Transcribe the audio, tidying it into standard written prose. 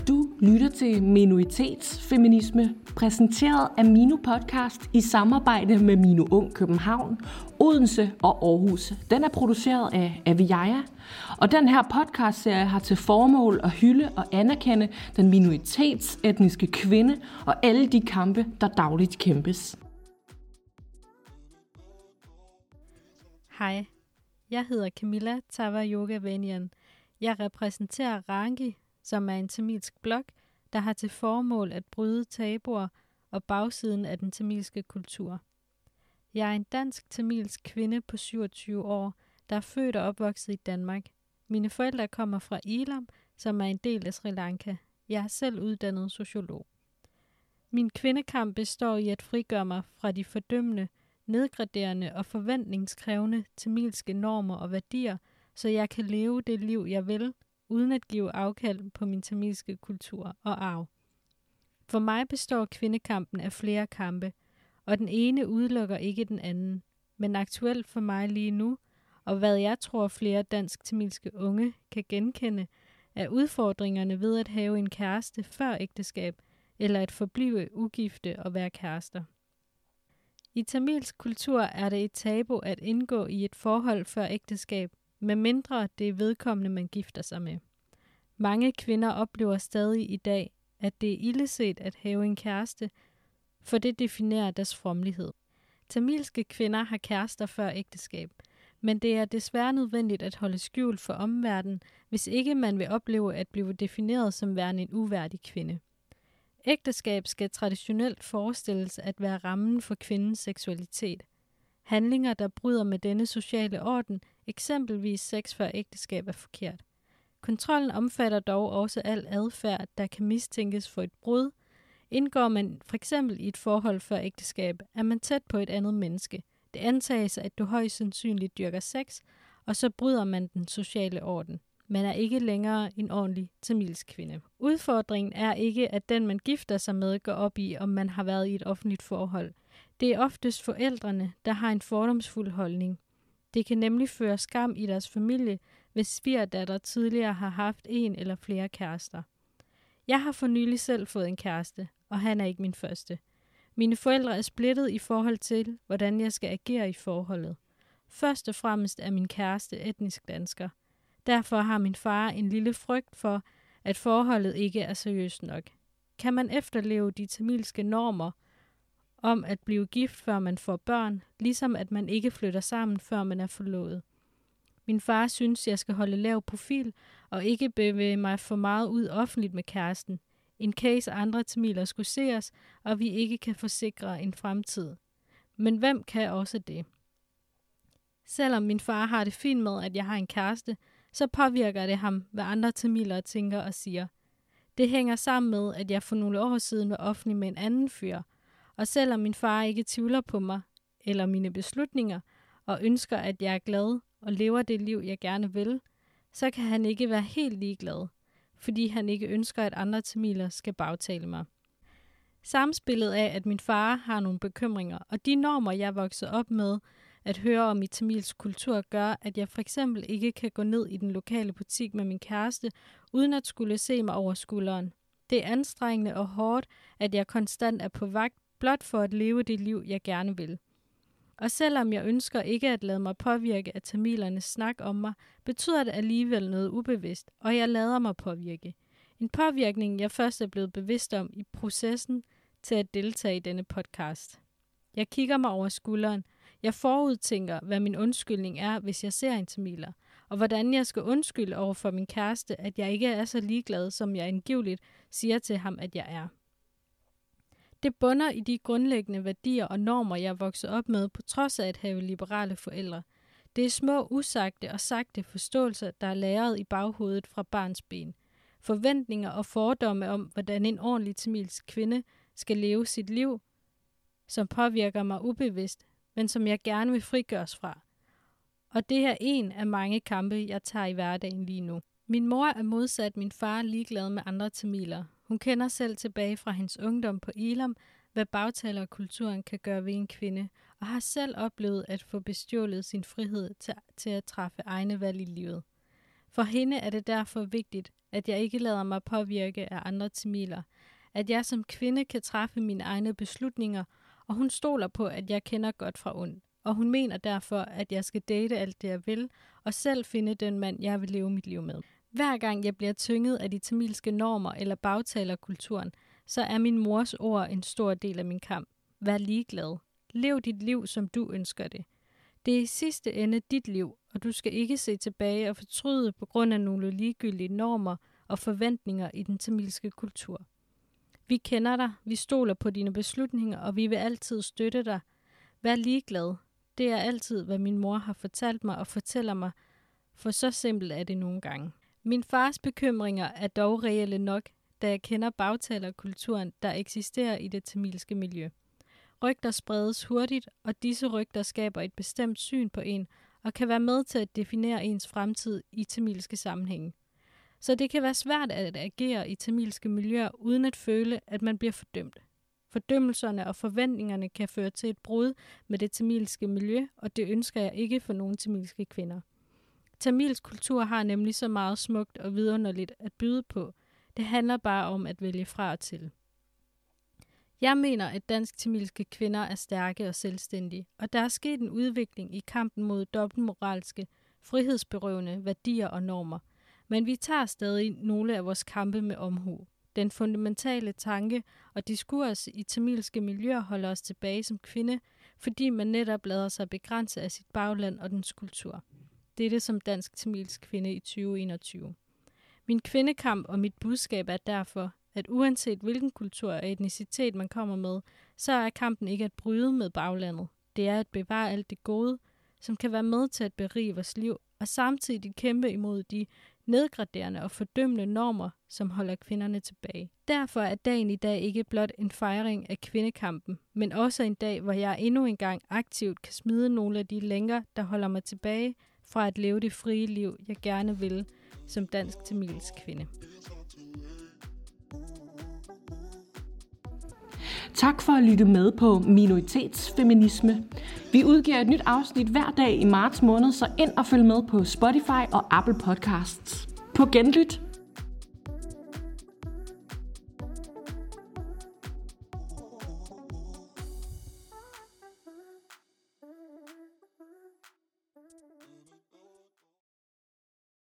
Du lytter til Minoritetsfeminisme, præsenteret af Mino Podcast i samarbejde med Mino Ung København, Odense og Aarhus. Den er produceret af Aviaja, og den her podcastserie har til formål at hylde og anerkende den minoritetsetniske kvinde og alle de kampe, der dagligt kæmpes. Hej, jeg hedder Camilla Tava Yoga Vanian. Jeg repræsenterer Rangi, som er en tamilsk blog, der har til formål at bryde tabuer og bagsiden af den tamilske kultur. Jeg er en dansk-tamilsk kvinde på 27 år, der er født og opvokset i Danmark. Mine forældre kommer fra Ilam, som er en del af Sri Lanka. Jeg er selv uddannet sociolog. Min kvindekamp består i at frigøre mig fra de fordømmende, nedgraderende og forventningskrævende tamilske normer og værdier, så jeg kan leve det liv, jeg vil, uden at give afkald på min tamilske kultur og arv. For mig består kvindekampen af flere kampe, og den ene udelukker ikke den anden. Men aktuelt for mig lige nu, og hvad jeg tror flere dansk-tamilske unge kan genkende, er udfordringerne ved at have en kæreste før ægteskab, eller at forblive ugifte og være kærester. I tamilsk kultur er det et tabu at indgå i et forhold før ægteskab, medmindre det er vedkommende, man gifter sig med. Mange kvinder oplever stadig i dag, at det er illeset at have en kæreste, for det definerer deres frommelighed. Tamilske kvinder har kærester før ægteskab, men det er desværre nødvendigt at holde skjult for omverdenen, hvis ikke man vil opleve at blive defineret som værende en uværdig kvinde. Ægteskab skal traditionelt forestilles at være rammen for kvindens seksualitet. Handlinger, der bryder med denne sociale orden, eksempelvis sex før ægteskab, er forkert. Kontrollen omfatter dog også al adfærd, der kan mistænkes for et brud. Indgår man for eksempel i et forhold før ægteskab, er man tæt på et andet menneske. Det antages, at du højst sandsynligt dyrker sex, og så bryder man den sociale orden. Man er ikke længere en ordentlig tamilsk kvinde. Udfordringen er ikke, at den, man gifter sig med, går op i, om man har været i et offentligt forhold. Det er oftest forældrene, der har en fordomsfuld holdning. Det kan nemlig føre skam i deres familie, hvis svigerdatter tidligere har haft en eller flere kærester. Jeg har for nylig selv fået en kæreste, og han er ikke min første. Mine forældre er splittet i forhold til, hvordan jeg skal agere i forholdet. Først og fremmest er min kæreste etnisk dansker. Derfor har min far en lille frygt for, at forholdet ikke er seriøst nok. Kan man efterleve de tamilske normer om at blive gift, før man får børn, ligesom at man ikke flytter sammen, før man er forlovet? Min far synes, jeg skal holde lav profil og ikke bevæge mig for meget ud offentligt med kæresten, in case andre tamiler skulle se os, og vi ikke kan forsikre en fremtid. Men hvem kan også det? Selvom min far har det fint med, at jeg har en kæreste, så påvirker det ham, hvad andre tamiler tænker og siger. Det hænger sammen med, at jeg for nogle år siden var offentlig med en anden fyr, og selvom min far ikke tvivler på mig eller mine beslutninger, og ønsker, at jeg er glad og lever det liv, jeg gerne vil, så kan han ikke være helt ligeglad, fordi han ikke ønsker, at andre tamiler skal bagtale mig. Samspillet af, at min far har nogle bekymringer, og de normer, jeg voksede op med, at høre om i tamilsk kultur, gør, at jeg for eksempel ikke kan gå ned i den lokale butik med min kæreste, uden at skulle se mig over skulderen. Det er anstrengende og hårdt, at jeg konstant er på vagt, blot for at leve det liv, jeg gerne vil. Og selvom jeg ønsker ikke at lade mig påvirke af tamilernes snak om mig, betyder det alligevel noget ubevidst, og jeg lader mig påvirke. En påvirkning, jeg først er blevet bevidst om i processen til at deltage i denne podcast. Jeg kigger mig over skulderen. Jeg forudtænker, hvad min undskyldning er, hvis jeg ser en tamiler, og hvordan jeg skal undskylde over for min kæreste, at jeg ikke er så ligeglad, som jeg angiveligt siger til ham, at jeg er. Det bunder i de grundlæggende værdier og normer, jeg voksede op med, på trods af at have liberale forældre. Det er små usagte og sagte forståelser, der er lagret i baghovedet fra barns ben. Forventninger og fordomme om, hvordan en ordentlig tamilsk kvinde skal leve sit liv, som påvirker mig ubevidst, men som jeg gerne vil frigøres fra. Og det er en af mange kampe, jeg tager i hverdagen lige nu. Min mor er modsat min far ligeglad med andre tamiler. Hun kender selv tilbage fra hendes ungdom på Ilam, hvad bagtalerkulturen kan gøre ved en kvinde, og har selv oplevet at få bestjålet sin frihed til at træffe egne valg i livet. For hende er det derfor vigtigt, at jeg ikke lader mig påvirke af andre tamiler, at jeg som kvinde kan træffe mine egne beslutninger, og hun stoler på, at jeg kender godt fra ondt. Og hun mener derfor, at jeg skal date alt det, jeg vil, og selv finde den mand, jeg vil leve mit liv med. Hver gang jeg bliver tynget af de tamilske normer eller bagtalerkulturen, så er min mors ord en stor del af min kamp. Vær ligeglad. Lev dit liv, som du ønsker det. Det er i sidste ende dit liv, og du skal ikke se tilbage og fortryde på grund af nogle ligegyldige normer og forventninger i den tamilske kultur. Vi kender dig, vi stoler på dine beslutninger, og vi vil altid støtte dig. Vær ligeglad. Det er altid, hvad min mor har fortalt mig og fortæller mig, for så simpelt er det nogle gange. Min fars bekymringer er dog reelle nok, da jeg kender bagtalerkulturen, der eksisterer i det tamilske miljø. Rygter spredes hurtigt, og disse rygter skaber et bestemt syn på en, og kan være med til at definere ens fremtid i tamilske sammenhænge. Så det kan være svært at agere i tamilske miljøer, uden at føle, at man bliver fordømt. Fordømmelserne og forventningerne kan føre til et brud med det tamilske miljø, og det ønsker jeg ikke for nogen tamilske kvinder. Tamilsk kultur har nemlig så meget smukt og vidunderligt at byde på. Det handler bare om at vælge fra og til. Jeg mener, at dansk-tamilske kvinder er stærke og selvstændige, og der er sket en udvikling i kampen mod dobbeltmoralske, frihedsberøvende værdier og normer. Men vi tager stadig nogle af vores kampe med omhu. Den fundamentale tanke og diskurs i tamilske miljøer holder os tilbage som kvinde, fordi man netop lader sig begrænse af sit bagland og dens kultur. Det er det som dansk-tamilsk kvinde i 2021. Min kvindekamp og mit budskab er derfor, at uanset hvilken kultur og etnicitet man kommer med, så er kampen ikke at bryde med baglandet. Det er at bevare alt det gode, som kan være med til at berige vores liv, og samtidig kæmpe imod de nedgraderende og fordømmende normer, som holder kvinderne tilbage. Derfor er dagen i dag ikke blot en fejring af kvindekampen, men også en dag, hvor jeg endnu engang aktivt kan smide nogle af de lænker, der holder mig tilbage fra at leve det frie liv, jeg gerne vil som dansk-tamilsk kvinde. Tak for at lytte med på Minoritetsfeminisme. Vi udgiver et nyt afsnit hver dag i marts måned, så ind og følg med på Spotify og Apple Podcasts. På genlyt!